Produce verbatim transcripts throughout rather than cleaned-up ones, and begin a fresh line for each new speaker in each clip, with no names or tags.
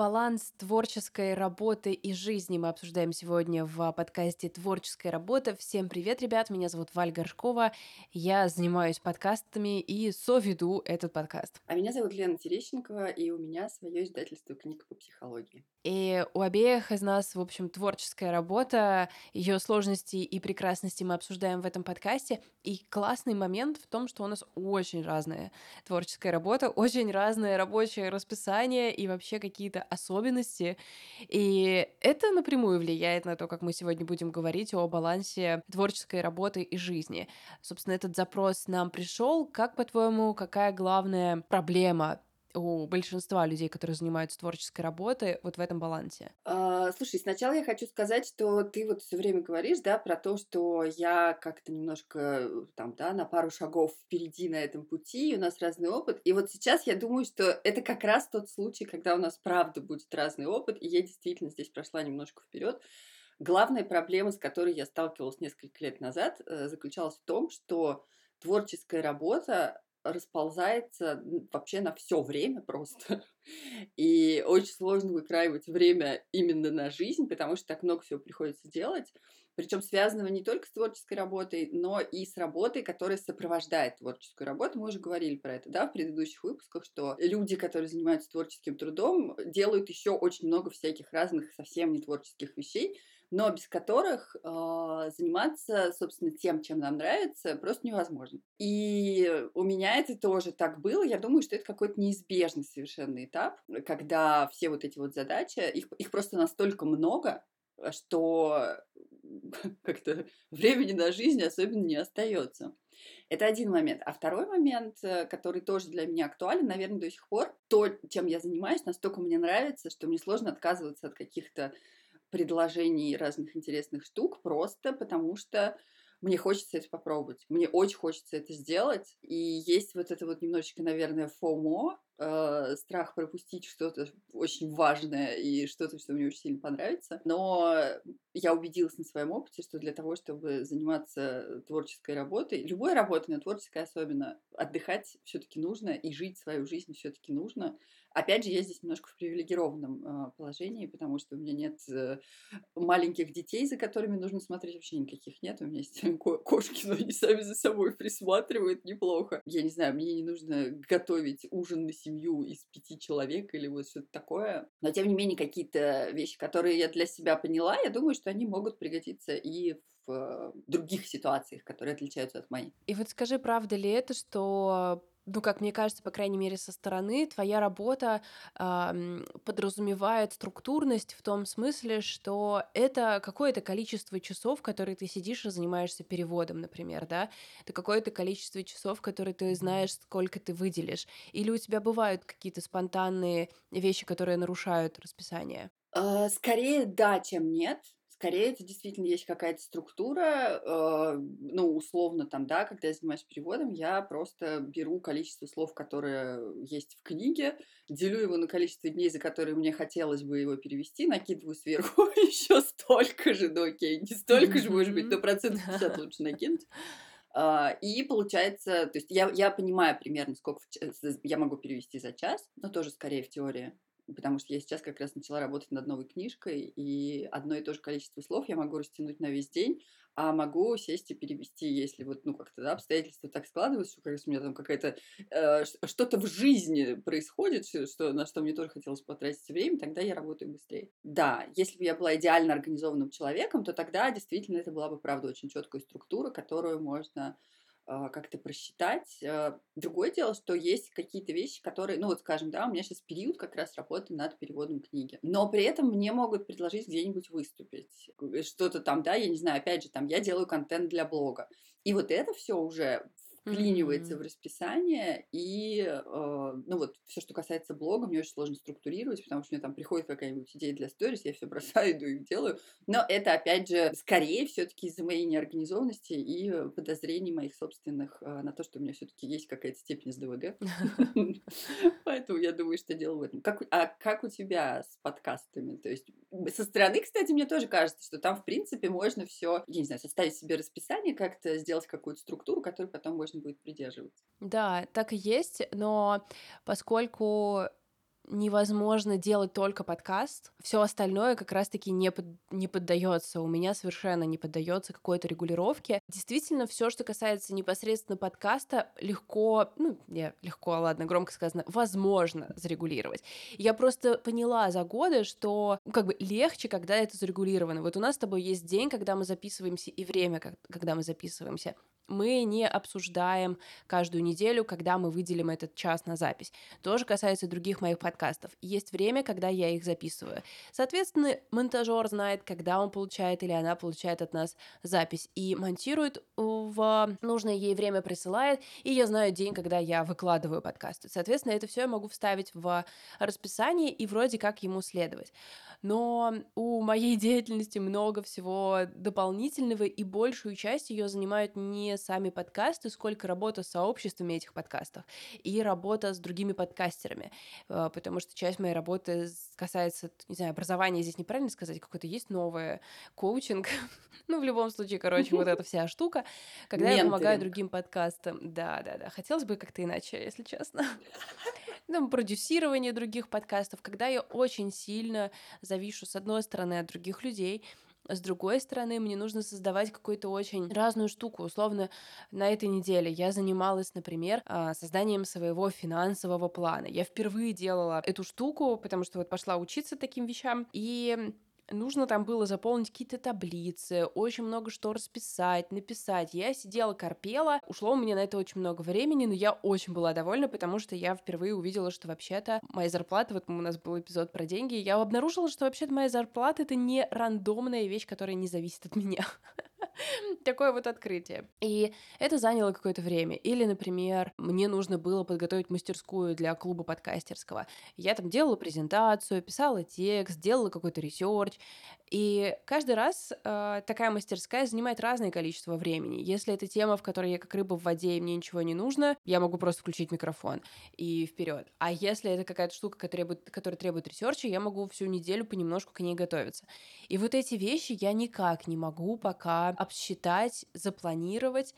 баланс творческой работы и жизни мы обсуждаем сегодня в подкасте «Творческая работа». Всем привет, ребят! Меня зовут Валь Горшкова. Я занимаюсь подкастами и соведу этот подкаст.
А меня зовут Лена Терещенкова, и у меня свое издательство книг по психологии.
И у обеих из нас, в общем, творческая работа, ее сложности и прекрасности мы обсуждаем в этом подкасте. И классный момент в том, что у нас очень разная творческая работа, очень разное рабочее расписание и вообще какие-то особенности. И это напрямую влияет на то, как мы сегодня будем говорить о балансе творческой работы и жизни. Собственно, этот запрос нам пришел. Как, по-твоему, какая главная проблема у большинства людей, которые занимаются творческой работой, вот в этом балансе?
А, слушай, сначала я хочу сказать, что ты вот все время говоришь, да, про то, что я как-то немножко э, там, да, на пару шагов впереди на этом пути, и у нас разный опыт. И вот сейчас я думаю, что это как раз тот случай, когда у нас правда будет разный опыт, и я действительно здесь прошла немножко вперед. Главная проблема, с которой я сталкивалась несколько лет назад, э, заключалась в том, что творческая работа расползается н- вообще на все время просто. И очень сложно выкраивать время именно на жизнь, потому что так много всего приходится делать. Причем связанного не только с творческой работой, но и с работой, которая сопровождает творческую работу. Мы уже говорили про это, да, в предыдущих выпусках, что люди, которые занимаются творческим трудом, делают еще очень много всяких разных совсем не творческих вещей, но без которых а, заниматься, собственно, тем, чем нам нравится, просто невозможно. И у меня это тоже так было. Я думаю, что это какой-то неизбежный совершенно этап, когда все вот эти вот задачи, их, их просто настолько много, что как-то времени на жизнь особенно не остается. Это один момент. А второй момент, э, который тоже для меня актуален, наверное, до сих пор, то, чем я занимаюсь, настолько мне нравится, что мне сложно отказываться от каких-то предложений разных интересных штук, просто потому что мне хочется это попробовать. Мне очень хочется это сделать. И есть вот это вот немножечко, наверное, фомо, э, страх пропустить что-то очень важное и что-то, что мне очень сильно понравится. Но я убедилась на своем опыте, что для того, чтобы заниматься творческой работой, любой работой, но творческой особенно, отдыхать все-таки нужно и жить свою жизнь все-таки нужно. Опять же, я здесь немножко в привилегированном э, положении, потому что у меня нет э, маленьких детей, за которыми нужно смотреть, вообще никаких нет. У меня есть ко- кошки, но они сами за собой присматривают неплохо. Я не знаю, мне не нужно готовить ужин на семью из пяти человек или вот что-то такое. Но, тем не менее, какие-то вещи, которые я для себя поняла, я думаю, что они могут пригодиться и в э, других ситуациях, которые отличаются от моей.
И вот скажи, правда ли это, что, ну, как мне кажется, по крайней мере, со стороны, твоя работа ам, подразумевает структурность в том смысле, что это какое-то количество часов, которые ты сидишь и занимаешься переводом, например, да? Это какое-то количество часов, которые ты знаешь, сколько ты выделишь. Или у тебя бывают какие-то спонтанные вещи, которые нарушают расписание?
А, скорее да, чем нет. Скорее это действительно есть какая-то структура. Э, ну, условно там, да, когда я занимаюсь переводом, я просто беру количество слов, которые есть в книге, делю его на количество дней, за которые мне хотелось бы его перевести, накидываю сверху еще столько же, ну окей, не столько же, может быть, но
Мгм.
процентов пятьдесят лучше накинуть. А, и получается, то есть я я понимаю примерно, сколько в ч з я могу перевести за час, но тоже скорее в теории. Потому что я сейчас как раз начала работать над новой книжкой, и одно и то же количество слов я могу растянуть на весь день, а могу сесть и перевести, если вот, ну, как-то, да, обстоятельства так складываются, что как раз у меня там какая-то, э, ш что-то в жизни происходит, ш что на что мне тоже хотелось потратить время, тогда я работаю быстрее. Да, если бы я была идеально организованным человеком, то тогда действительно это была бы, правда, очень четкая структура, которую можно а, как-то просчитать. А, другое дело, что есть какие-то вещи, которые, ну вот скажем, да, у меня сейчас период как раз работы над переводом книги, но при этом мне могут предложить где-нибудь выступить, э, что-то там, да, я не знаю, опять же, там, я делаю контент для блога. И вот это все уже вклинивается в
Мгм.
расписание, и, э, ну вот, все, что касается блога, мне очень сложно структурировать, потому что мне там приходит какая-нибудь идея для сторис, я все бросаю, иду и делаю. Но это, опять же, скорее все-таки из-за моей неорганизованности и э, подозрений моих собственных э, на то, что у меня все-таки есть какая-то степень эс дэ вэ гэ. Поэтому я думаю, что дело в этом. Как, у- а как у тебя с подкастами? То есть м, со стороны, кстати, мне тоже кажется, что там, в принципе, можно все, я не знаю, составить себе расписание, как-то сделать какую-то структуру, которой потом можно будет придерживаться.
Да, так и есть, но поскольку невозможно делать только подкаст. Все остальное как раз-таки не, под, не поддается. У меня совершенно не поддается какой-то регулировке. Действительно, все, что касается непосредственно подкаста, легко, ну, не легко, ладно, громко сказано, возможно зарегулировать. Я просто поняла за годы, что ну, как бы легче, когда это зарегулировано. Вот у нас с тобой есть день, когда мы записываемся, и время, как- когда мы записываемся. Мы не обсуждаем каждую неделю, когда мы выделим этот час на запись. Тоже касается других моих подкастов. Есть время, когда я их записываю. Соответственно, монтажер знает, когда он получает или она получает от нас запись и монтирует в нужное ей время, присылает, и я знаю день, когда я выкладываю подкасты. Соответственно, это все я могу вставить в расписание и вроде как ему следовать. Но у моей деятельности много всего дополнительного, и большую часть ее занимают не сами подкасты, сколько работа с сообществами этих подкастов и работа с другими подкастерами, э, потому что часть моей работы с- касается, т- не знаю, образования, здесь неправильно сказать, какое-то есть новое, коучинг, ну, в любом случае, короче, вот эта вся штука, когда я помогаю
Менторинг.
другим подкастам, да-да-да, хотелось бы как-то иначе, если честно. Ну, продюсирование других подкастов, когда я очень сильно завишу, с одной стороны, от других людей, с другой стороны, мне нужно создавать какую-то очень разную штуку. Условно, на этой неделе я занималась, например, а, созданием своего финансового плана. Я впервые делала эту штуку, потому что вот пошла учиться таким вещам, и нужно там было заполнить какие-то таблицы, очень много что расписать, написать. Я сидела, корпела, ушло у меня на это очень много времени, но я очень была довольна, потому что я впервые увидела, что вообще-то моя зарплата, вот у нас был эпизод про деньги, я обнаружила, что вообще-то моя зарплата — это не рандомная вещь, которая не зависит от меня. Такое вот открытие. И это заняло какое-то время. Или, например, мне нужно было подготовить мастерскую для клуба подкастерского. Я там делала презентацию, писала текст, делала какой-то ресерч. И каждый раз э, такая мастерская занимает разное количество времени. Если это тема, в которой я как рыба в воде, и мне ничего не нужно, я могу просто включить микрофон и вперед. А если это какая-то штука, которая требует, которая требует ресерча, я могу всю неделю понемножку к ней готовиться. И вот эти вещи я никак не могу пока обсчитать, запланировать,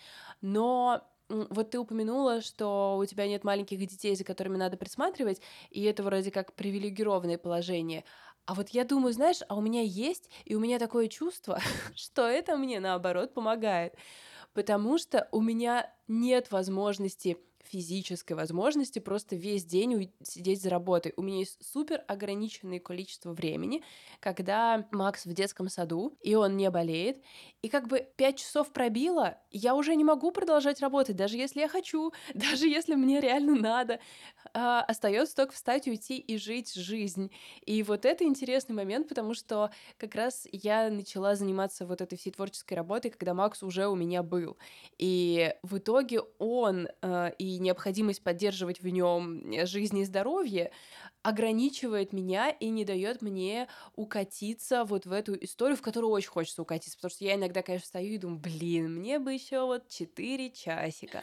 но м, вот ты упомянула, что у тебя нет маленьких детей, за которыми надо присматривать, и это вроде как привилегированное положение. А вот я думаю, знаешь, а у меня есть, и у меня такое чувство, что это мне наоборот помогает, потому что у меня нет возможности физической возможности просто весь день уй- сидеть за работой. У меня есть супер ограниченное количество времени, когда Макс в детском саду, и он не болеет, и как бы пять часов пробило, я уже не могу продолжать работать, даже если я хочу, даже если мне реально надо. А, остается только встать, уйти и жить жизнь. И вот это интересный момент, потому что как раз я начала заниматься вот этой всей творческой работой, когда Макс уже у меня был. И в итоге он э, и необходимость поддерживать в нем жизнь и здоровье ограничивает меня и не дает мне укатиться вот в эту историю, в которую очень хочется укатиться, потому что я иногда, конечно, встаю и думаю, блин, мне бы еще вот четыре часика.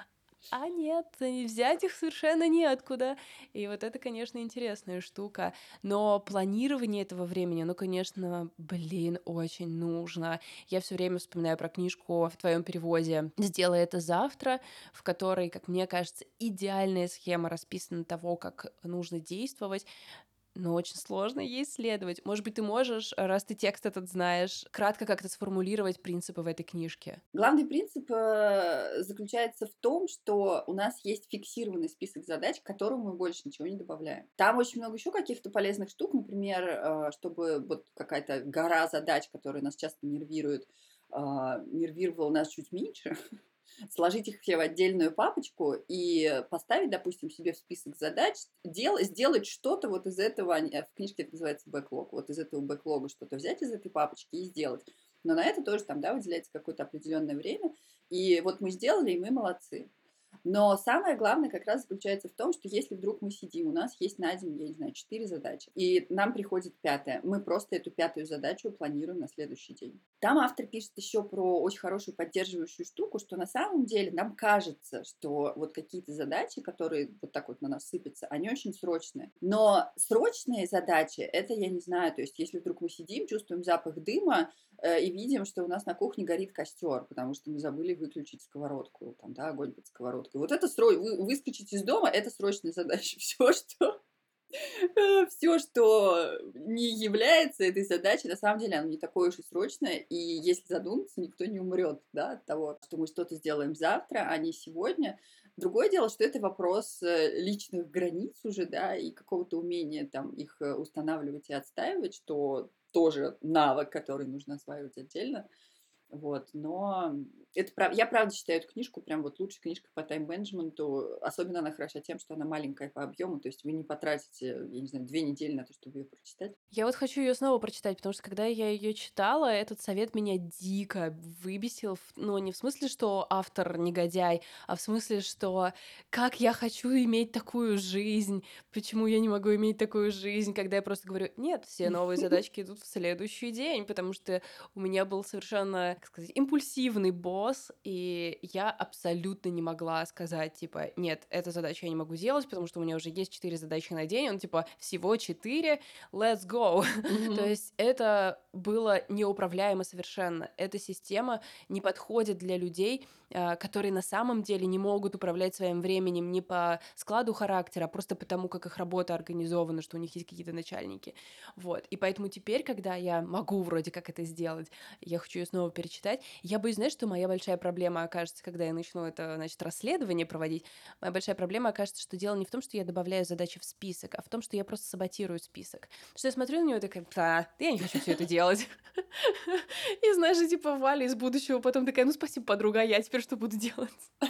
А нет, и взять их совершенно неоткуда. И вот это, конечно, интересная штука. Но планирование этого времени, ну, конечно, блин, очень нужно. Я все время вспоминаю про книжку в твоем переводе «Сделай это завтра», в которой, как мне кажется, идеальная схема расписана того, как нужно действовать, но очень сложно ей следовать. Может быть, ты можешь, раз ты текст этот знаешь, кратко как-то сформулировать принципы в этой книжке?
Главный принцип, э, заключается в том, что у нас есть фиксированный список задач, к которому мы больше ничего не добавляем. Там очень много еще каких-то полезных штук, например, э, чтобы вот какая-то гора задач, которые нас часто нервируют, а, нервировала нас чуть меньше, сложить их все в отдельную папочку и поставить, допустим, себе в список задач, дел, сделать что-то вот из этого, они- в книжке это называется бэклог, вот из этого бэклога что-то взять из этой папочки и сделать. Но на это тоже там, да, выделяется какое-то определенное время. И вот мы сделали, и мы молодцы. Но самое главное как раз заключается в том, что если вдруг мы сидим, у нас есть на день, я не знаю, четыре задачи, и нам приходит пятая, мы просто эту пятую задачу планируем на следующий день. Там автор пишет еще про очень хорошую поддерживающую штуку, что на самом деле нам кажется, что вот какие-то задачи, которые вот так вот на нас сыпятся, они очень срочные. Но срочные задачи, это я не знаю, то есть если вдруг мы сидим, чувствуем запах дыма, э, и видим, что у нас на кухне горит костер, потому что мы забыли выключить сковородку, там, да, огонь под сковородкой. Вот это срой, вы, выскочить из дома, это срочная задача. Все, что Все, что не является этой задачей, на самом деле, оно не такое уж и срочное. И если задуматься, никто не умрет, да, от того, что мы что-то сделаем завтра, а не сегодня. Другое дело, что это вопрос э, личных границ уже, да, и какого-то умения там их э, устанавливать и отстаивать, что тоже навык, который нужно осваивать отдельно. Вот, но это прав я правда считаю эту книжку прям вот лучшей книжкой по тайм-менеджменту. Особенно она хороша тем, что она маленькая по объему, то есть вы не потратите, я не знаю, две недели на то, чтобы ее прочитать.
Я вот хочу ее снова прочитать, потому что когда я ее читала, этот совет меня дико выбесил. В- Ну, не в смысле, что автор негодяй, а в смысле, что как я хочу иметь такую жизнь, почему я не могу иметь такую жизнь, когда я просто говорю, нет, все новые задачки идут в следующий день, потому что у меня был совершенно, как сказать, импульсивный босс, и я абсолютно не могла сказать, типа, нет, эту задачу я не могу сделать, потому что у меня уже есть четыре задачи на день, он, типа, всего четыре, let's go. То
Мгм.
есть это было неуправляемо совершенно. Эта система не подходит для людей, а, которые на самом деле не могут управлять своим временем не по складу характера, а просто потому, как их работа организована, что у них есть какие-то начальники. Вот. И поэтому теперь, когда я могу вроде как это сделать, я хочу ее снова перечитать, я боюсь, знаешь, что моя большая проблема окажется, когда я начну это, значит, расследование проводить, моя большая проблема окажется, что дело не в том, что я добавляю задачи в список, а в том, что я просто саботирую список. Что я смотрю на него и такая: "Да, я не хочу все это делать". И знаешь, и типа Валя из будущего потом такая: "Ну, спасибо, подруга, а я теперь что буду делать?"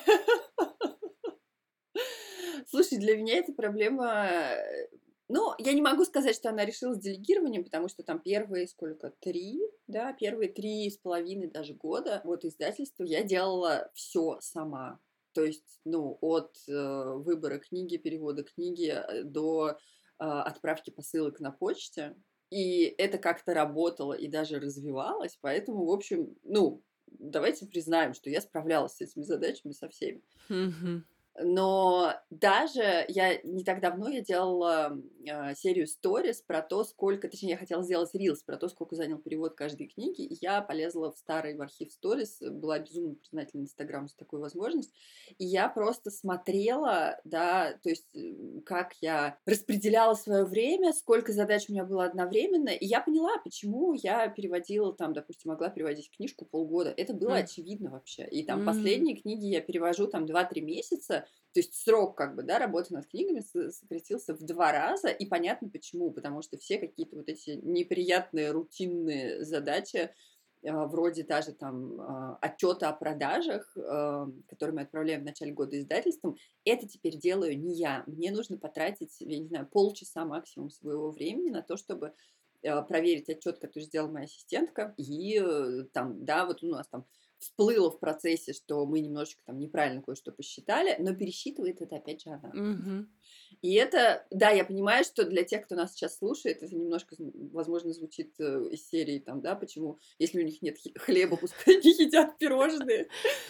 Слушай, для меня эта проблема, э, ну, я не могу сказать, что она решилась делегированием, потому что там первые сколько, три, да, первые три с половиной даже года вот издательства я делала все сама. То есть, ну, от, э, выбора книги, перевода книги, э, до, а, отправки посылок на почте. И это как-то работало и даже развивалось, поэтому, в общем, ну, давайте признаем, что я справлялась с этими задачами со всеми.
Мгм.
Но даже я не так давно я делала, а, серию сторис про то, сколько точнее, я хотела сделать рилс про то, сколько занял перевод каждой книги. И я полезла в старый в архив сторис, была безумно признательна "Инстаграму" за такую возможность. И я просто смотрела, да, то есть, м, как я распределяла свое время, сколько задач у меня было одновременно. И я поняла, почему я переводила там, допустим, могла переводить книжку полгода. Это было
М.
очевидно вообще. И там
М.
последние книги я перевожу там два-три месяца, то есть срок как бы, да, работы над книгами с сократился в два раза, и понятно почему. Потому что все какие-то вот эти неприятные рутинные задачи, а, вроде даже там, а, отчёта о продажах, а, которые мы отправляем в начале года издательствам, это теперь делаю не я. Мне нужно потратить, я не знаю, полчаса максимум своего времени на то, чтобы, а, проверить отчет, который сделала моя ассистентка. И, э, там, да, вот у нас там всплыло в процессе, что мы немножечко там неправильно кое-что посчитали, но пересчитывает это опять же она.
Мгм.
И это, да, я понимаю, что для тех, кто нас сейчас слушает, это немножко, з- возможно, звучит э, из серии, там, да, почему, если у них нет хи- хлеба, пускай не едят пирожные.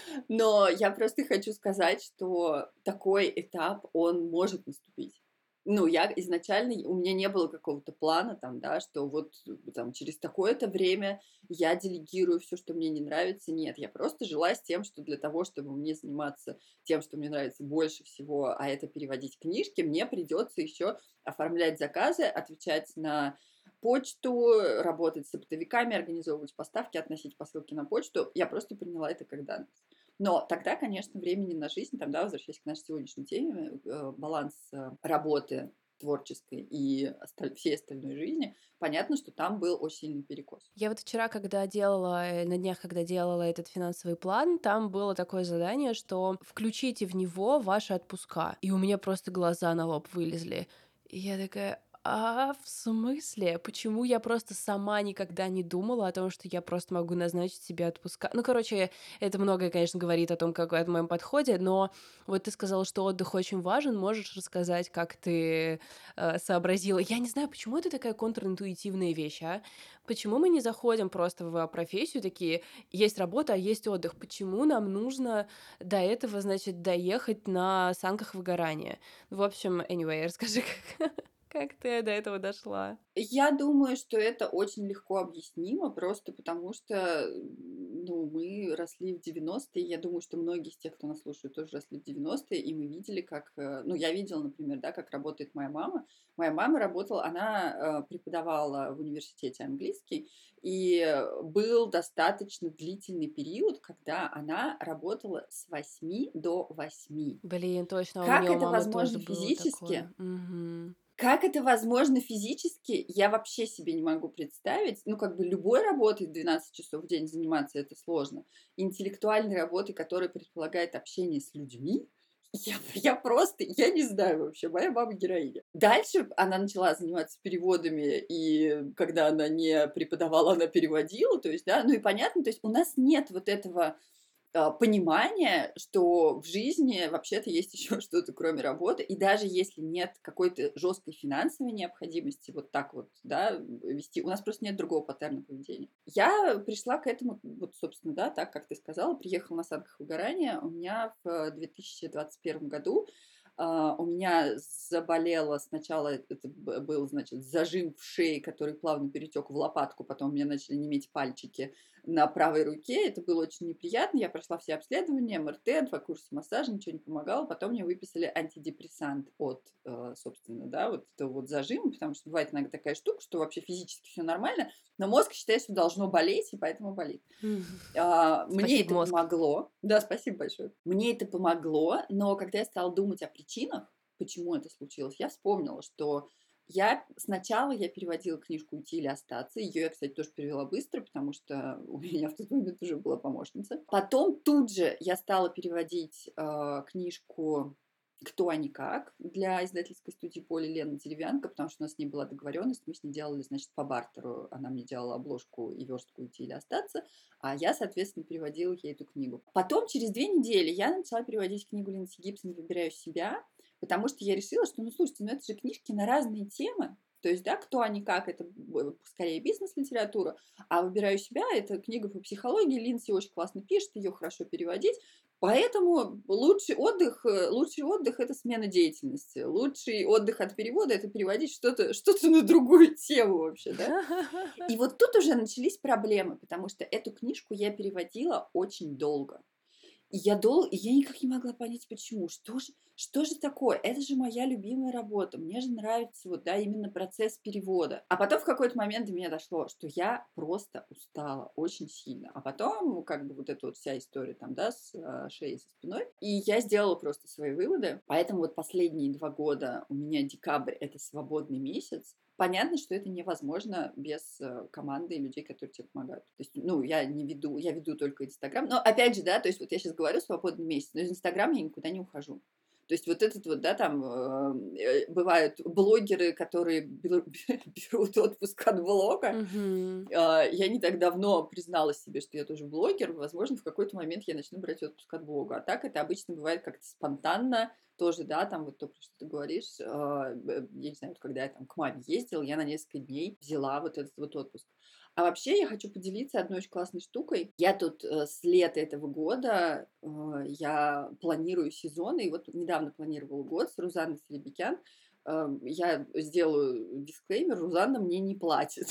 Но я просто хочу сказать, что такой этап, он может наступить. Ну, я изначально, у меня не было какого-то плана там, да, что вот э, там через такое-то время я делегирую все, что мне не нравится. Нет, я просто жила с тем, что для того, чтобы мне заниматься тем, что мне нравится больше всего, а это переводить книжки, мне придется еще оформлять заказы, отвечать на почту, работать с оптовиками, организовывать поставки, относить посылки на почту. Я просто приняла это как данность. Но тогда, конечно, времени на жизнь, там, да, возвращаясь к нашей сегодняшней теме, э, баланс э, работы творческой и осталь- всей остальной жизни, понятно, что там был очень сильный перекос.
Я вот вчера, когда делала, э, на днях, когда делала этот финансовый план, там было такое задание, что включите в него ваши отпуска. И у меня просто глаза на лоб вылезли. И я такая: "А, в смысле? Почему я просто сама никогда не думала о том, что я просто могу назначить себе отпуска?" Ну, короче, это многое, конечно, говорит о том, какой о моем подходе, но вот ты сказала, что отдых очень важен. Можешь рассказать, как ты, э, сообразила? Я не знаю, почему это такая контринтуитивная вещь, а? Почему мы не заходим просто в профессию такие: есть работа, а есть отдых? Почему нам нужно до этого, значит, доехать на санках выгорания? В общем, anyway, расскажи, как Как ты до этого дошла?
Я думаю, что это очень легко объяснимо, просто потому что, ну, мы росли в девяностые. Я думаю, что многие из тех, кто нас слушает, тоже росли в девяностые, и мы видели, как, э, ну, я видела, например, да, как работает моя мама. Моя мама работала, она э, преподавала в университете английский, и э, был достаточно длительный период, когда она работала с восьми до восьми.
Блин, точно, у
Как
меня у
это
мамы
возможно
тоже было
физически?
такое. Мгм.
Как это возможно физически, я вообще себе не могу представить. Ну, как бы любой работой двенадцать часов в день заниматься это сложно. Интеллектуальной работой, которая предполагает общение с людьми, я, я просто, я не знаю вообще, моя мама героиня. Дальше она начала заниматься переводами, и когда она не преподавала, она переводила, то есть, да, ну и понятно, то есть у нас нет вот этого а, понимание, что в жизни вообще-то есть еще что-то, кроме работы. И даже если нет какой-то жесткой финансовой необходимости вот так вот, да, вести, у нас просто нет другого паттерна поведения. Я пришла к этому, вот, собственно, да, так, как ты сказала, приехала на санках выгорания. У меня в две тысячи двадцать первом году а, у меня заболело сначала, это б- был, значит, зажим в шее, который плавно перетек в лопатку, потом у меня начали неметь пальчики на правой руке. Это было очень неприятно. Я прошла все обследования, эм эр тэ, два курса массажа, ничего не помогало. Потом мне выписали антидепрессант от, э, собственно, да, вот этого вот зажима, потому что бывает иногда такая штука, что вообще физически все нормально, но мозг считает, что должно болеть, и поэтому болит. А, Мне
Спасибо,
это
мозг.
помогло. Да, спасибо большое. Мне это помогло, но когда я стала думать о причинах, почему это случилось, я вспомнила, что я сначала я переводила книжку «Уйти или остаться». Ее я, кстати, тоже перевела быстро, потому что у меня в тот момент уже была помощница. Потом тут же я стала переводить э, книжку «Кто, а не как» для издательской студии «Поли» Лены Деревянко, потому что у нас с ней была договоренность, мы с ней делали, значит, по бартеру. Она мне делала обложку и верстку «Уйти или остаться», а я, соответственно, переводила ей эту книгу. Потом, через две недели, я начала переводить книгу Линдси Гибсон «Выбираю себя», потому что я решила, что, ну, слушайте, ну, это же книжки на разные темы. То есть, да, кто, они как, это скорее бизнес-литература, а «Выбираю себя» — это книга по психологии, Линдси очень классно пишет, ее хорошо переводить, поэтому лучший отдых, э, лучший отдых — это смена деятельности, лучший отдых от перевода — это переводить что-то что на другую тему вообще, да. И вот тут уже начались проблемы, потому что эту книжку я переводила очень долго. И я дол и я никак не могла понять, почему. Что же что же такое? Это же моя любимая работа. Мне же нравится вот, да, именно процесс перевода. А потом в какой-то момент до меня дошло, что я просто устала очень сильно. А потом, ну, как бы вот эта вот вся история там, да, с а, шеей, со спиной. И я сделала просто свои выводы. Поэтому вот последние два года у меня декабрь — это свободный месяц. Понятно, что это невозможно без э, команды и людей, которые тебе помогают. То есть, ну, я не веду, я веду только Инстаграм. Но опять же, да, то есть вот я сейчас говорю свободный месяц, но из Инстаграма я никуда не ухожу. То есть вот этот вот, да, там э, э, бывают блогеры, которые беру- берут отпуск от блога.
Мгм.
А, Я не так давно призналась себе, что я тоже блогер. Возможно, в какой-то момент я начну брать отпуск от блога. А так это обычно бывает как-то спонтанно. Тоже, да, там вот то, про что ты говоришь. а, б- Я не знаю, вот когда я там к маме ездила, я на несколько дней взяла вот этот вот отпуск. А вообще я хочу поделиться одной очень классной штукой. Я тут э, с лета этого года, э, я планирую сезоны, и вот недавно планировала год с Рузанной Селебекян. Э, Я сделаю дисклеймер, Рузанна мне не платит.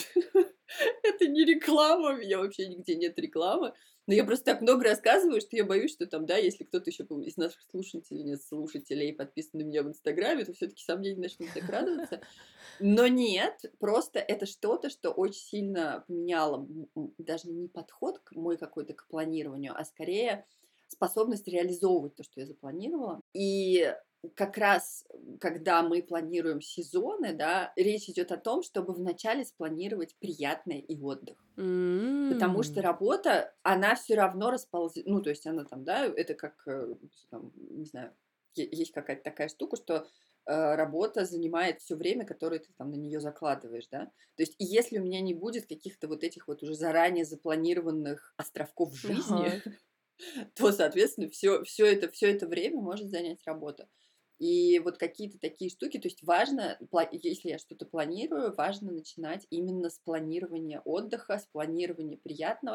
Это не реклама, у меня вообще нигде нет рекламы. Но я просто так много рассказываю, что я боюсь, что там, да, если кто-то еще из наших слушателей, нет, слушателей подписан на меня в Инстаграме, то все-таки сомнения начнут закрадываться. Но нет, просто это что-то, что очень сильно поменяло м, м, даже не подход к мой какой-то к планированию, а скорее способность реализовывать то, что я запланировала. И как раз, когда мы планируем сезоны, да, речь идет о том, чтобы вначале спланировать приятное и отдых. Потому что
М.
работа, она все равно расползет, ну, то есть она там, да, это как, э, там, не знаю, е- есть какая-то такая штука, что э, работа занимает все время, которое ты там на нее закладываешь, да. То есть и если у меня не будет каких-то вот этих вот уже заранее запланированных островков жизни,
Ага.
то, соответственно, все, все это, все это время может занять работа. И вот какие-то такие штуки, то есть важно, пла- если я что-то планирую, важно начинать именно с планирования отдыха, с планирования приятного.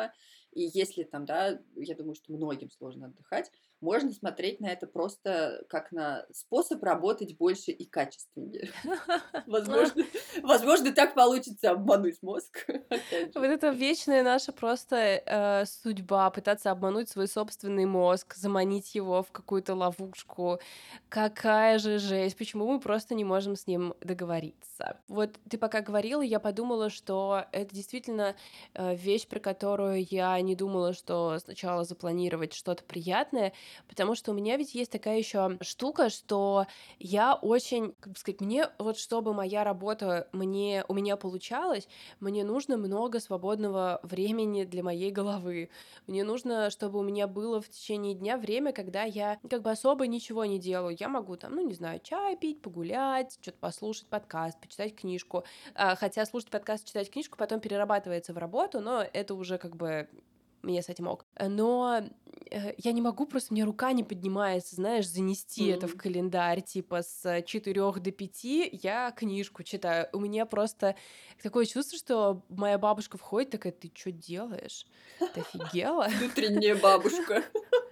И если там, да, я думаю, что многим сложно отдыхать, можно смотреть на это просто как на способ работать больше и качественнее. Возможно, возможно, так получится обмануть мозг, опять
Вот
же.
это вечная наша просто, э, судьба — пытаться обмануть свой собственный мозг, заманить его в какую-то ловушку. Какая же жесть! Почему мы просто не можем с ним договориться? Вот ты пока говорила, я подумала, что это действительно, э, вещь, про которую я не думала, что сначала запланировать что-то приятное, потому что у меня ведь есть такая еще штука, что я очень, как бы сказать, мне вот чтобы моя работа мне у меня получалась, мне нужно много свободного времени для моей головы. Мне нужно, чтобы у меня было в течение дня время, когда я как бы особо ничего не делаю. Я могу там, ну, не знаю, чай пить, погулять, что-то послушать подкаст, почитать книжку. А, хотя слушать подкаст, читать книжку потом перерабатывается в работу, но это уже как бы мне с этим ок. Но э, я не могу, просто мне рука не поднимается, знаешь, занести это в
М.
календарь, типа с четырех до пяти я книжку читаю. У меня просто такое чувство, что моя бабушка входит такая: "Ты что делаешь? Ты офигела?"
Внутренняя бабушка.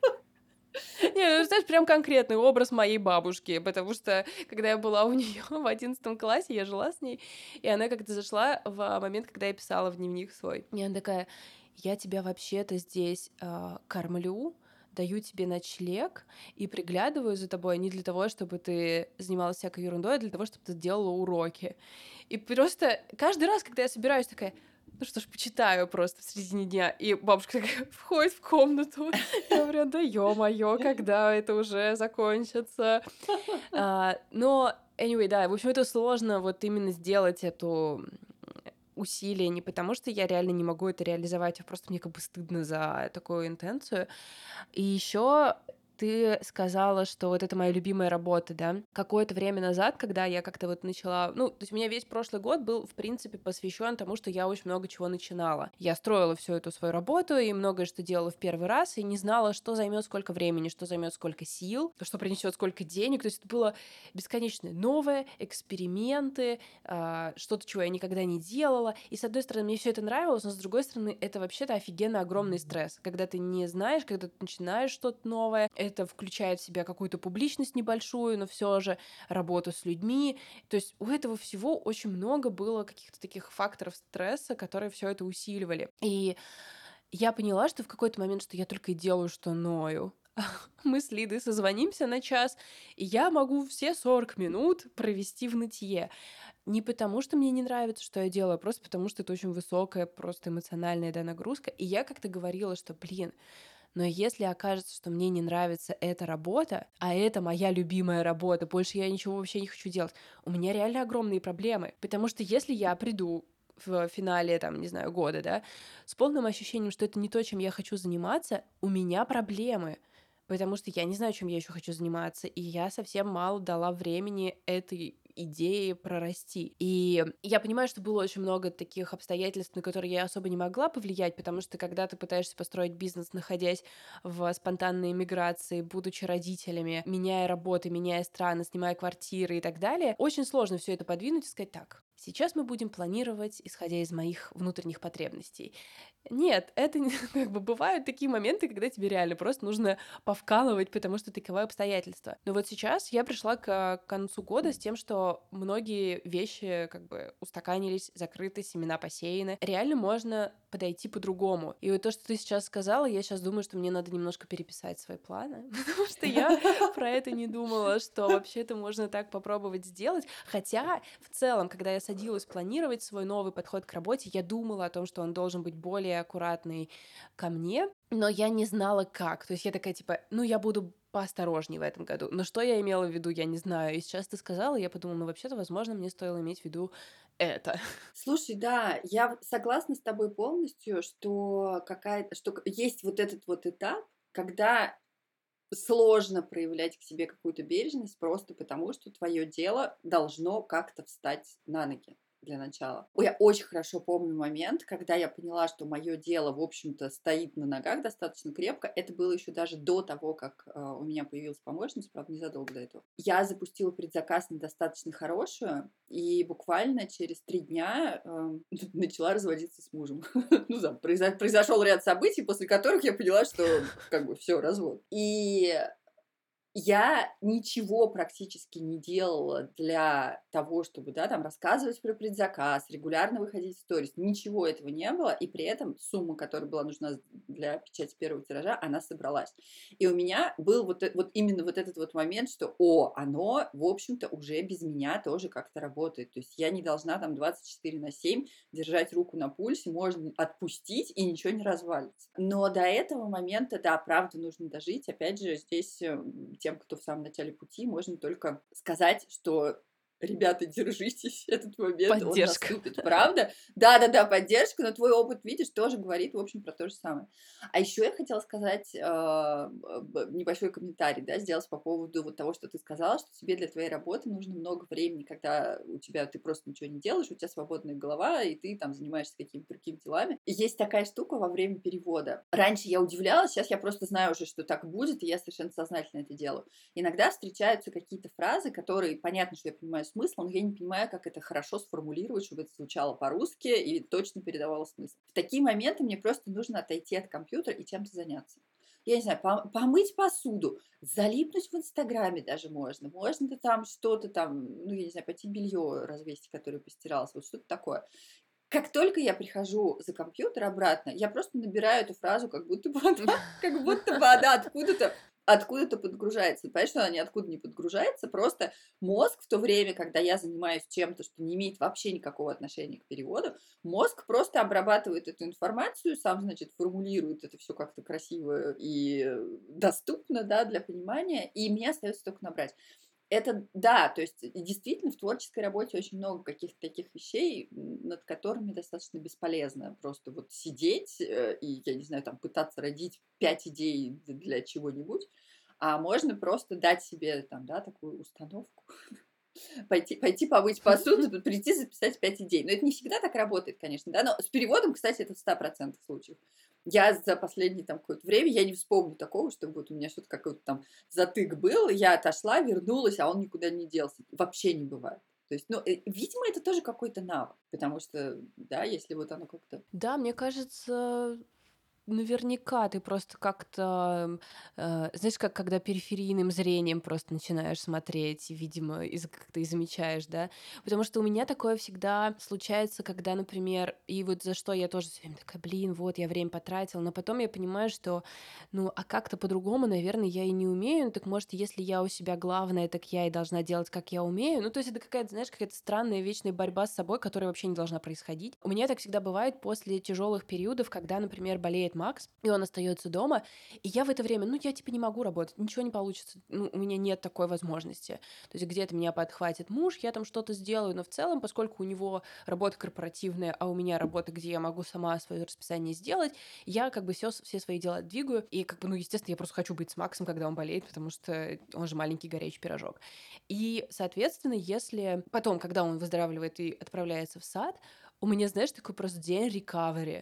Не, ну, знаешь, прям конкретный образ моей бабушки, потому что, когда я была у нее в одиннадцатом классе, я жила с ней, и она как-то зашла в момент, когда я писала в дневник свой. И она такая: "Я тебя вообще-то здесь, а, кормлю, даю тебе ночлег и приглядываю за тобой не для того, чтобы ты занималась всякой ерундой, а для того, чтобы ты делала уроки". И просто каждый раз, когда я собираюсь такая: "Ну что ж, почитаю просто в середине дня", и бабушка такая входит в комнату. Я говорю: "Да ё-моё, когда это уже закончится?" А, но anyway, да, в общем, это сложно вот именно сделать эту, м, усилие не потому, что я реально не могу это реализовать, а просто мне как бы стыдно за такую интенцию. И еще ты сказала, что вот это моя любимая работа, да? Какое-то время назад, когда я как-то вот начала, ну, то есть у меня весь прошлый год был, в принципе, посвящен тому, что я очень много чего начинала. Я строила всю эту свою работу и многое что делала в первый раз, и не знала, что займет сколько времени, что займет сколько сил, что принесет сколько денег. То есть это было бесконечное новое, эксперименты, а, что-то, чего я никогда не делала. И с одной стороны, мне все это нравилось, но с другой стороны, это вообще-то офигенно огромный стресс, когда ты не знаешь, когда ты начинаешь что-то новое. Это включает в себя какую-то публичность небольшую, но все же работу с людьми. То есть у этого всего очень много было каких-то таких факторов стресса, которые все это усиливали. И я поняла, что в какой-то момент, что я только и делаю, что ною. Мы с Лидой созвонимся на час, и я могу все сорок минут провести в нытье. Не потому, что мне не нравится, что я делаю, а просто потому, что это очень высокая просто эмоциональная, да, нагрузка. И я как-то говорила, что, блин, но если окажется, что мне не нравится эта работа, а это моя любимая работа, больше я ничего вообще не хочу делать, у меня реально огромные проблемы. Потому что если я приду в финале, там, не знаю, года, да, с полным ощущением, что это не то, чем я хочу заниматься, у меня проблемы. Потому что я не знаю, чем я еще хочу заниматься, и я совсем мало дала времени этой идее прорасти. И я понимаю, что было очень много таких обстоятельств, на которые я особо не могла повлиять, потому что когда ты пытаешься построить бизнес, находясь в спонтанной миграции, будучи родителями, меняя работы, меняя страны, снимая квартиры и так далее, очень сложно все это подвинуть и сказать: так, сейчас мы будем планировать, исходя из моих внутренних потребностей. Нет, это не как бы бывают такие моменты, когда тебе реально просто нужно повкалывать, потому что таковы обстоятельства. Но вот сейчас я пришла к концу года с тем, что многие вещи как бы устаканились, закрыты, семена посеяны. Реально можно подойти по-другому. И вот то, что ты сейчас сказала, я сейчас думаю, что мне надо немножко переписать свои планы, потому что я про это не думала, что вообще-то можно так попробовать сделать. Хотя в целом, когда я садилась планировать свой новый подход к работе, я думала о том, что он должен быть более аккуратный ко мне, но я не знала как. То есть я такая типа, ну я буду поосторожнее в этом году. Но что я имела в виду, я не знаю. И сейчас ты сказала, я подумала, ну вообще-то, возможно, мне стоило иметь в виду это.
Слушай, да, я вот согласна с тобой полностью, что какая-то, что к- есть вот этот вот этап, когда сложно проявлять к себе какую-то бережность просто потому, что твое дело должно как-то встать на ноги. для начала. Ой, я очень хорошо помню момент, когда я поняла, что мое дело, в общем-то, стоит на ногах достаточно крепко. Это было еще даже до того, как а, у меня появилась помощница, правда, незадолго до этого. Я запустила предзаказ на достаточно хорошую, и буквально через три дня э, начала разводиться с мужем. Ну, да, произошел ряд событий, после которых я поняла, что как бы все, развод. И я ничего практически не делала для того, чтобы, да, там рассказывать про предзаказ, регулярно выходить в сторис. Ничего этого не было, и при этом сумма, которая была нужна для печати первого тиража, она собралась. И у меня был вот, э- вот именно вот этот вот момент, что, о, оно, в общем-то, уже без меня тоже как-то работает. То есть я не должна там двадцать четыре на семь держать руку на пульсе, можно отпустить, и ничего не развалится. Но до этого момента, да, правда, нужно дожить. Опять же, здесь э, тем, кто в самом начале пути, можно только сказать, что ребята, держитесь, этот момент, он
Поддержка.
наступит, правда? Да-да-да, поддержка, но твой опыт, видишь, тоже говорит, в общем, про то же самое. А еще я хотела сказать э, б- небольшой комментарий, да, сделать по поводу вот того, что ты сказала, что тебе для твоей работы нужно много времени, когда у тебя, ты просто ничего не делаешь, у тебя свободная голова, и ты там занимаешься какими-то другими делами. И есть такая штука во время перевода. Раньше я удивлялась, сейчас я просто знаю уже, что так будет, и я совершенно сознательно это делаю. Иногда встречаются какие-то фразы, которые, понятно, что я понимаю смысл, но я не понимаю, как это хорошо сформулировать, чтобы это звучало по-русски и точно передавало смысл. В такие моменты мне просто нужно отойти от компьютера и чем-то заняться. Я не знаю, пом- помыть посуду, залипнуть в Инстаграме даже можно. Можно там что-то там, ну, я не знаю, пойти белье развесить, которое постиралось, вот что-то такое. Как только я прихожу за компьютер обратно, я просто набираю эту фразу, как будто бы она, как будто бы она откуда-то откуда-то подгружается. Понятно, что она ниоткуда не подгружается, просто мозг в то время, когда я занимаюсь чем-то, что не имеет вообще никакого отношения к переводу, мозг просто обрабатывает эту информацию, сам, значит, формулирует это все как-то красиво и доступно, да, для понимания, и мне остается только набрать. Это да, то есть действительно в творческой работе очень много каких-то таких вещей, над которыми достаточно бесполезно просто вот сидеть э, и, я не знаю, там пытаться родить пять идей для чего-нибудь, а можно просто дать себе там, да, такую установку, пойти, пойти помыть посуду, прийти записать пять идей. Но это не всегда так работает, конечно, да, но с переводом, кстати, это в ста процентах случаев. Я за последнее там какое-то время, я не вспомню такого, чтобы вот у меня что-то какой-то там затык был, я отошла, вернулась, а он никуда не делся. Вообще не бывает. То есть, ну, э, видимо, это тоже какой-то навык, потому что, да, если вот оно как-то...
Да, мне кажется, наверняка ты просто как-то, э, знаешь, как когда периферийным зрением просто начинаешь смотреть, и, видимо, из как ты и замечаешь, да. Потому что у меня такое всегда случается, когда, например, и вот за что я тоже всё время такая: "Блин, вот я время потратила", но потом я понимаю, что, ну, а как-то по-другому, наверное, я и не умею. Ну, так может, если я у себя главная, так я и должна делать, как я умею. Ну, то есть это какая-то, знаешь, какая-то странная вечная борьба с собой, которая вообще не должна происходить. У меня так всегда бывает после тяжелых периодов, когда, например, болеет Макс, и он остается дома, и я в это время, ну, я типа не могу работать, ничего не получится, ну, у меня нет такой возможности. То есть где-то меня подхватит муж, я там что-то сделаю, но в целом, поскольку у него работа корпоративная, а у меня работа, где я могу сама свое расписание сделать, я как бы все, все свои дела двигаю, и как бы, ну, естественно, я просто хочу быть с Максом, когда он болеет, потому что он же маленький горячий пирожок. И, соответственно, если потом, когда он выздоравливает и отправляется в сад, у меня, знаешь, такой просто день рекавери.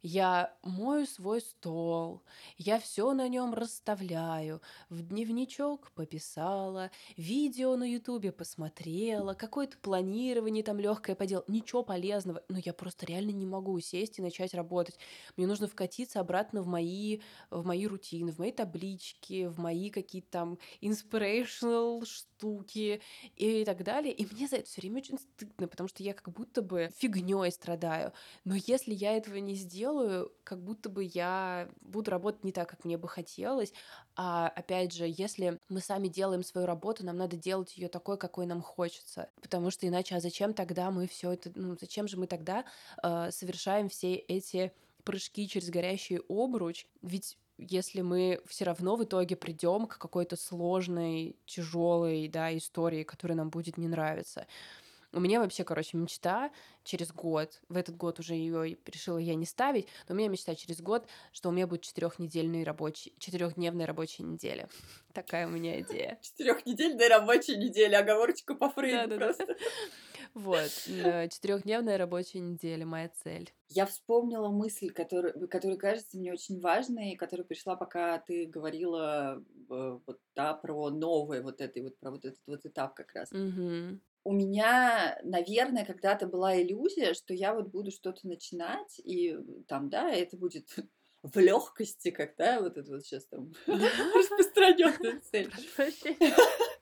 Я мою свой стол, я все на нем расставляю, в дневничок пописала, видео на "Ютубе" посмотрела, какое-то планирование там легкое поделала. Ничего полезного, но я просто реально не могу сесть и начать работать. Мне нужно вкатиться обратно в мои в мои рутины, в мои таблички, в мои какие-то там inspirational штуки и так далее. И мне за это все время очень стыдно, потому что я как будто бы фигней страдаю. Но если я этого не сделаю, как будто бы я буду работать не так, как мне бы хотелось. А опять же, если мы сами делаем свою работу, нам надо делать ее такой, какой нам хочется. Потому что иначе, а зачем тогда мы все это, ну, зачем же мы тогда э, совершаем все эти прыжки через горящий обруч? Ведь если мы все равно в итоге придем к какой-то сложной, тяжелой, да, истории, которая нам будет не нравиться. У меня вообще, короче, мечта через год, в этот год уже ее решила я не ставить, но у меня мечта через год, что у меня будет четырехнедельный рабочий, четырехдневная рабочая неделя. Такая у меня идея.
Четырехнедельная рабочая неделя, оговорочка по Фрейду
Да-да-да.
просто.
Вот, четырехдневная рабочая неделя, моя цель.
Я вспомнила мысль, которая, которая кажется мне очень важной, которая пришла, пока ты говорила э, вот, да, про новое, вот это, вот, про вот этот вот этап как раз.
Мгм.
У меня, наверное, когда-то была иллюзия, что я вот буду что-то начинать, и там, да, это будет в легкости, как, да, вот это вот сейчас там распространенная цель.
Прошу прощения.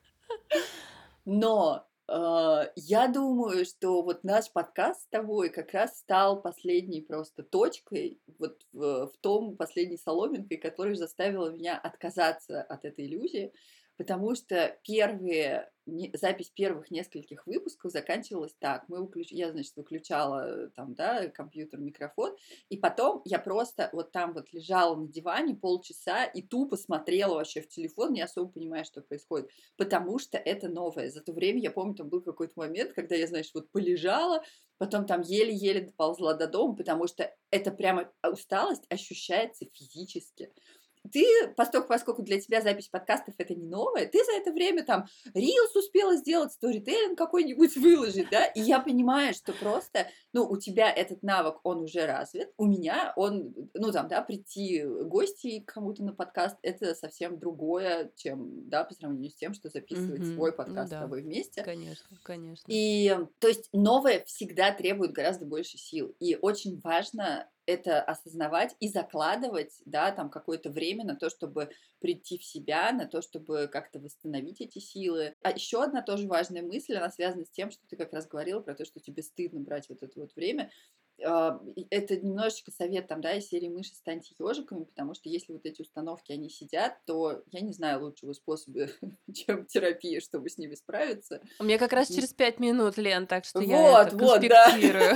Но э, я думаю, что вот наш подкаст с тобой как раз стал последней просто точкой, вот в, в том последней соломинкой, которая заставила меня отказаться от этой иллюзии, потому что первые, не- запись первых нескольких выпусков заканчивалась так. Мы выключ... Я, значит, выключала э, там, да, компьютер, микрофон, и потом я просто вот там вот лежала на диване полчаса и тупо смотрела вообще в телефон, не особо понимая, что происходит, потому что это новое. За то время, я помню, там был какой-то момент, когда я, знаешь, вот полежала, потом там еле-еле доползла до дома, потому что это прямо усталость ощущается физически. Ты, поскольку, поскольку для тебя запись подкастов это не новое, ты за это время там рилс успела сделать, сторителлинг какой-нибудь выложить, да, и я понимаю, что просто, ну, у тебя этот навык, он уже развит, у меня он, ну, там, да, прийти гости к кому-то на подкаст, это совсем другое, чем, да, по сравнению с тем, что записывать свой
Мгм. Ну
подкаст с
да,
тобой вместе.
конечно, конечно.
И, то есть, новое всегда требует гораздо больше сил. И очень важно это осознавать и закладывать, да, там какое-то время на то, чтобы прийти в себя, на то, чтобы как-то восстановить эти силы. А еще одна тоже важная мысль, она связана с тем, что ты как раз говорила про то, что тебе стыдно брать вот это вот время. А, и это немножечко совет там, да, из серии «Мыши, станьте ежиками», потому что если вот эти установки, они сидят, то я не знаю лучшего способа, чем терапия, чтобы с ними справиться.
У меня как раз
Не
через пять минут, Лен, так что я это
Вот, вот, да.
конспектирую.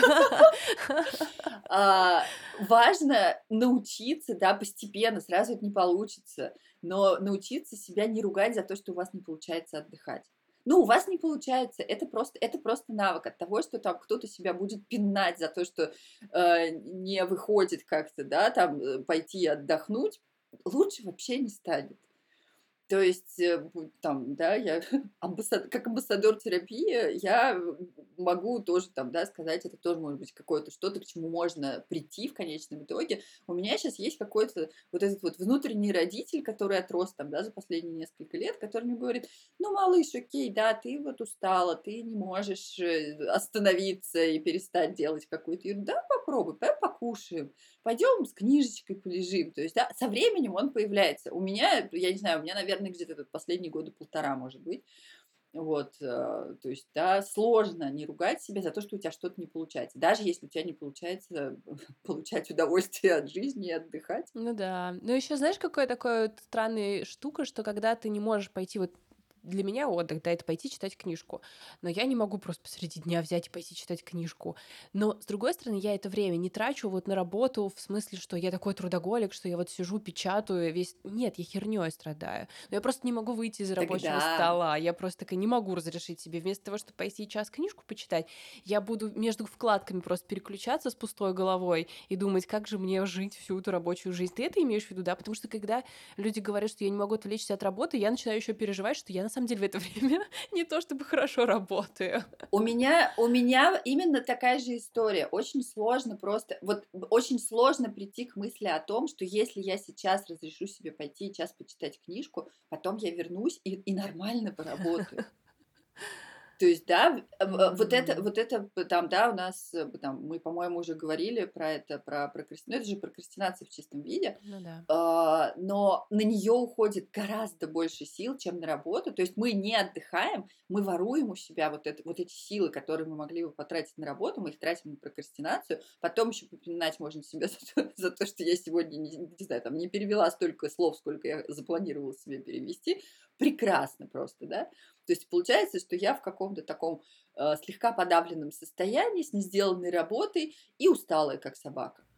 А, важно научиться, да, постепенно, сразу это не получится, но научиться себя не ругать за то, что у вас не получается отдыхать. Ну, у вас не получается, это просто, это просто навык от того, что там кто-то себя будет пинать за то, что э, не выходит как-то, да, там э, пойти отдохнуть, лучше вообще не станет. То есть, э, бу там, да, я амбассад как амбассадор терапии, я могу тоже там, да, сказать, это тоже может быть какое-то что-то, к чему можно прийти в конечном итоге. У меня сейчас есть какой-то вот этот вот внутренний родитель, который отрос там, да, за последние несколько лет, который мне говорит: "Ну, малыш, окей, да, ты вот устала, ты не можешь, э, остановиться и перестать делать какую-то ерунду. Да, попробуй, давай покушаем, пойдем с книжечкой полежим". То есть, да, со временем он появляется. У меня, я не знаю, у меня, наверное, где-то тут последние года полтора, может быть. Вот, э, то есть, да, сложно не ругать себя за то, что у тебя что-то не получается. Даже если у тебя не получается получать удовольствие от жизни и отдыхать.
Ну да. Ну еще знаешь, какая такая вот странная штука, что когда ты не можешь пойти вот для меня отдых, да, это пойти читать книжку. Но я не могу просто посреди дня взять и пойти читать книжку. Но, с другой стороны, я это время не трачу вот на работу, в смысле, что я такой трудоголик, что я вот сижу, печатаю весь... Нет, я херней страдаю. Но я просто не могу выйти из рабочего
Тогда
стола. Я просто такая не могу разрешить себе. Вместо того, чтобы пойти час книжку почитать, я буду между вкладками просто переключаться с пустой головой и думать, как же мне жить всю эту рабочую жизнь. Ты это имеешь в виду, да? Потому что когда люди говорят, что я не могу отвлечься от работы, я начинаю еще переживать, что я на самом деле в это время не то чтобы хорошо работаю.
у меня у меня именно такая же история. Очень сложно просто вот очень сложно прийти к мысли о том, что если я сейчас разрешу себе пойти час почитать книжку, потом я вернусь и и нормально поработаю. То есть, да, в в вот это
Мгм.
вот это п там, да, у нас, э, там, мы, по-моему, уже говорили про это, про прокрас ну, это же прокрастинация в чистом виде.
Ну да.
А, но на нее уходит гораздо больше сил, чем на работу. То есть мы не отдыхаем, мы воруем у себя вот это вот эти силы, которые мы могли бы потратить на работу, мы их тратим на прокрастинацию. Потом еще попинать можно себя за то за то, что я сегодня не не знаю, там, не перевела столько слов, сколько я запланировала себе перевести. Прекрасно просто, да. То есть получается, что я в каком-то таком, э, слегка подавленном состоянии, с несделанной работой и усталая, как собака.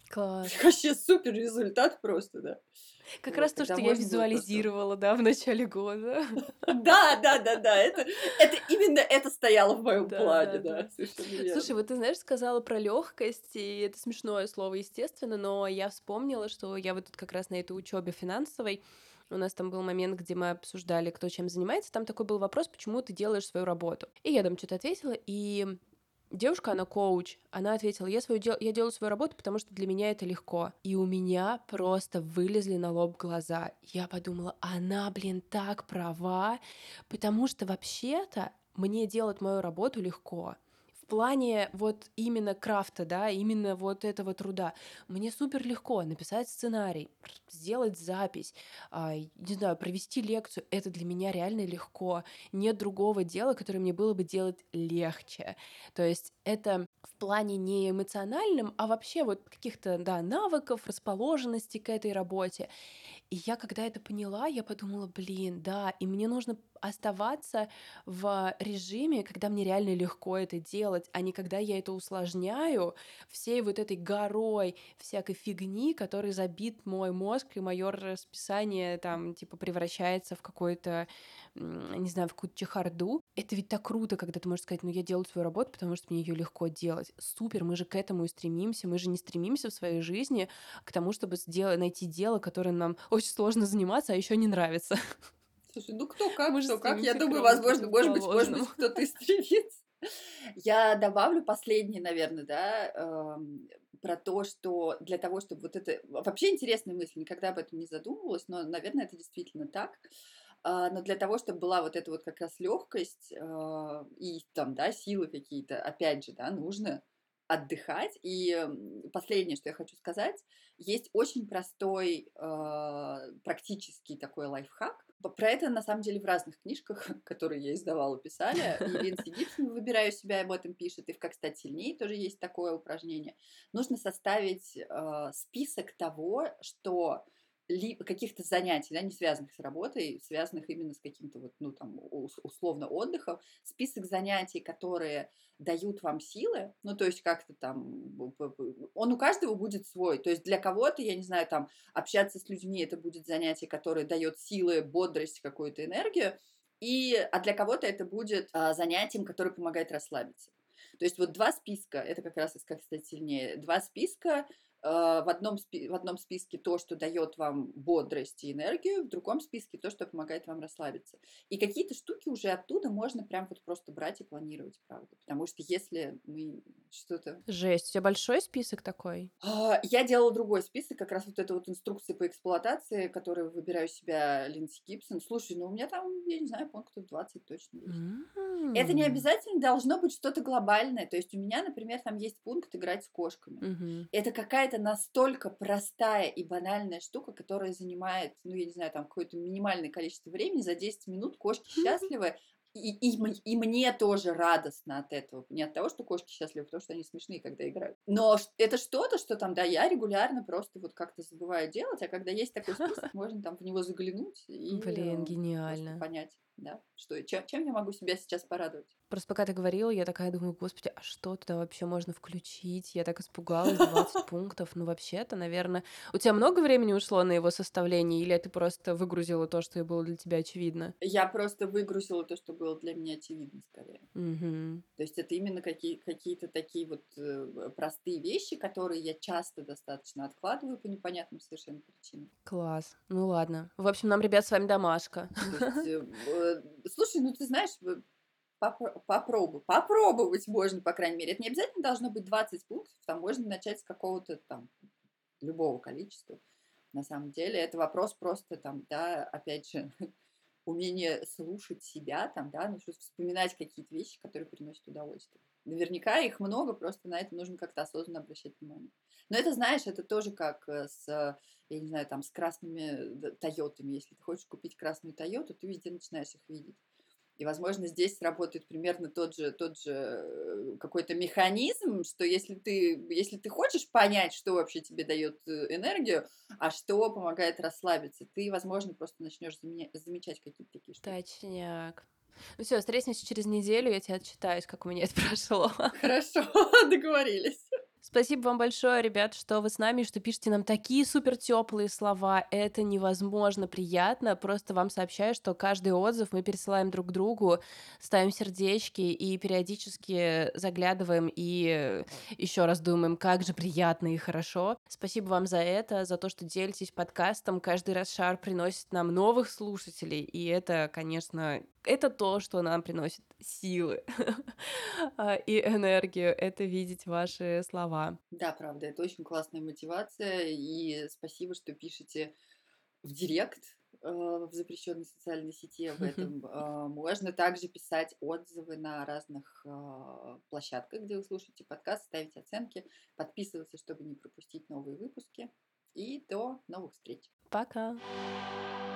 Класс.
Вообще супер результат просто, да.
Как
Вот,
раз то,
когда
что я
можно было просто
визуализировала, да, в начале года.
Да, да-да-да, это это именно это стояло в моем плане, да,
Да-да-да.
совершенно
Слушай,
верно.
вот ты знаешь, сказала про лёгкость, и это смешное слово, естественно, но я вспомнила, что я вот тут как раз на этой учёбе финансовой, у нас там был момент, где мы обсуждали, кто чем занимается. Там такой был вопрос: "Почему ты делаешь свою работу?" И я там чё-то ответила, и девушка, она коуч, она ответила: "Я свою дел я делаю свою работу, потому что для меня это легко". И у меня просто вылезли на лоб глаза. Я подумала: она, блин, так права, потому что вообще-то мне делать мою работу легко. В плане вот именно крафта, да, именно вот этого труда. Мне супер легко написать сценарий, р сделать запись, а, не знаю, провести лекцию. Это для меня реально легко. Нет другого дела, которое мне было бы делать легче. То есть это в плане не эмоциональном, а вообще вот каких-то, да, навыков, расположенности к этой работе. И я когда это поняла, я подумала: "Блин, да, и мне нужно оставаться в режиме, когда мне реально легко это делать, а не когда я это усложняю всей вот этой горой всякой фигни, которой забит мой мозг, и моё расписание там типа превращается в какой-то, м, не знаю, в какую-то чехарду". Это ведь так круто, когда ты можешь сказать: "Ну, я делаю свою работу, потому что мне её легко делать". Супер, мы же к этому и стремимся. Мы же не стремимся в своей жизни к тому, чтобы сдела найти дело, которым нам очень сложно заниматься, а ещё не нравится.
Слушай, ну кто как,
Мы же
кто как. Я
стремимся к
думаю,
ровно
возможно, может быть может
противоположному.
быть, кто-то и стремится. Я добавлю последнее, наверно, да, ам, про то, что для того, чтобы вот это вообще интересная мысль, никогда об этом не задумывалась, но, наверно, это действительно так. А, но для того, чтобы была вот эта вот как раз лёгкость, а, и там, да, силы какие-то, опять же, да, нужно отдыхать. И, м, последнее, что я хочу сказать: есть очень простой, а, практический такой лайфхак. П про это на самом деле в разных книжках, которые я издавала, писали. И Линдси Гибсон в "Выбираю себя" об этом пишет, и в "Как стать сильнее" тоже есть такое упражнение. Нужно составить, а, список того, что ли каких-то занятий, да, не связанных с работой, связанных именно с каким-то вот, ну, там, ус условно отдыхом. Список занятий, которые дают вам силы. Ну, то есть как-то там б б б он у каждого будет свой. То есть для кого-то, я не знаю, там, общаться с людьми- это будет занятие, которое даёт силы, бодрость, какую-то энергию. И, а для кого-то это будет, а, занятием, которое помогает расслабиться. То есть вот два списка- это как раз из "Как стать сильнее". два списка. А, в одном спи в одном списке то, что даёт вам бодрость и энергию, в другом списке то, что помогает вам расслабиться. И какие-то штуки уже оттуда можно прям вот просто брать и планировать, правда. Потому что если мы что-то
Жесть, у тя большой список такой?
А, я делала другой список, как раз вот это вот "Инструкция по эксплуатации", которую "Выбираю себя" Линдси Гибсон. Слушай, ну у меня там, я не знаю, пунктов двадцать точно есть. Это не
М.
обязательно должно быть что-то глобальное. То есть у меня, например, там есть пункт "Играть с кошками".
Мгм.
Это какая-то настолько простая и банальная штука, которая занимает, ну, я не знаю, там какое-то минимальное количество времени. За десять минут кошки счастливы, и и м и мне тоже радостно от этого. Не от того, что кошки счастливы, а потому что они смешные, когда играют. Но ш это что-то, что там, да, я регулярно просто вот как-то забываю делать, а когда есть такой список, можно там в него заглянуть и,
Блин,
э, просто
гениально.
понять, да, что чем чем я могу себя сейчас порадовать.
Просто пока ты говорила, я такая думаю: "Господи, а что туда вообще можно включить?" Я так испугалась, двадцать пунктов. Ну, вообще-то, наверно У тя много времени ушло на его составление, или ты просто выгрузила то, что и было для тебя очевидно?
Я просто выгрузила то, что было для меня очевидно скорее.
Мгм.
То есть это именно какие какие-то такие вот, э, простые вещи, которые я часто достаточно откладываю по непонятным совершенно причинам.
Класс. Ну ладно. В общем, нам, ребят, с вами домашка.
То есть, э, б слушай, ну, ты знаешь, в попро попробуй попробовать можно, по крайней мере. Это не обязательно должно быть двадцать пунктов, там можно начать с какого-то там любого количества. На самом деле это вопрос просто там, да, опять же, умения слушать себя там, да, ну, что-то вспоминать какие-то вещи, которые приносят удовольствие. Наверняка их много, просто на это нужно как-то осознанно обращать внимание. Но это, знаешь, это тоже как, э, с, я не знаю, там, с красными д "Тойотами". Если ты хочешь купить красную "Тойоту", ты везде начинаешь их видеть. И, возможно, здесь сработает примерно тот же тот же, э, какой-то механизм, что если ты если ты хочешь понять, что вообще тебе даёт, э, энергию, а что помогает расслабиться, ты, возможно, просто начнёшь заменя замечать какие-то такие штуки.
Точняк. Ну всё, встретимся через неделю, я те отчитаюсь, как у меня это прошло.
Хорошо, договорились.
Спасибо вам большое, ребят, что вы с нами, что пишете нам такие супер теплые слова. Это невозможно приятно. Просто вам сообщаю, что каждый отзыв мы пересылаем друг другу, ставим сердечки и периодически заглядываем и еще раз думаем, как же приятно и хорошо. Спасибо вам за это, за то, что делитесь подкастом. Каждый раз шар приносит нам новых слушателей, и это, конечно, это то, что нам приносит силы а, и энергию, это видеть ваши слова.
Да, правда, это очень классная мотивация, и спасибо, что пишете в директ, э, в запрещенной социальной сети об этом. Э, Можно также писать отзывы на разных а, площадках, где вы слушаете подкаст, ставить оценки, подписываться, чтобы не пропустить новые выпуски. И до новых встреч!
Пока!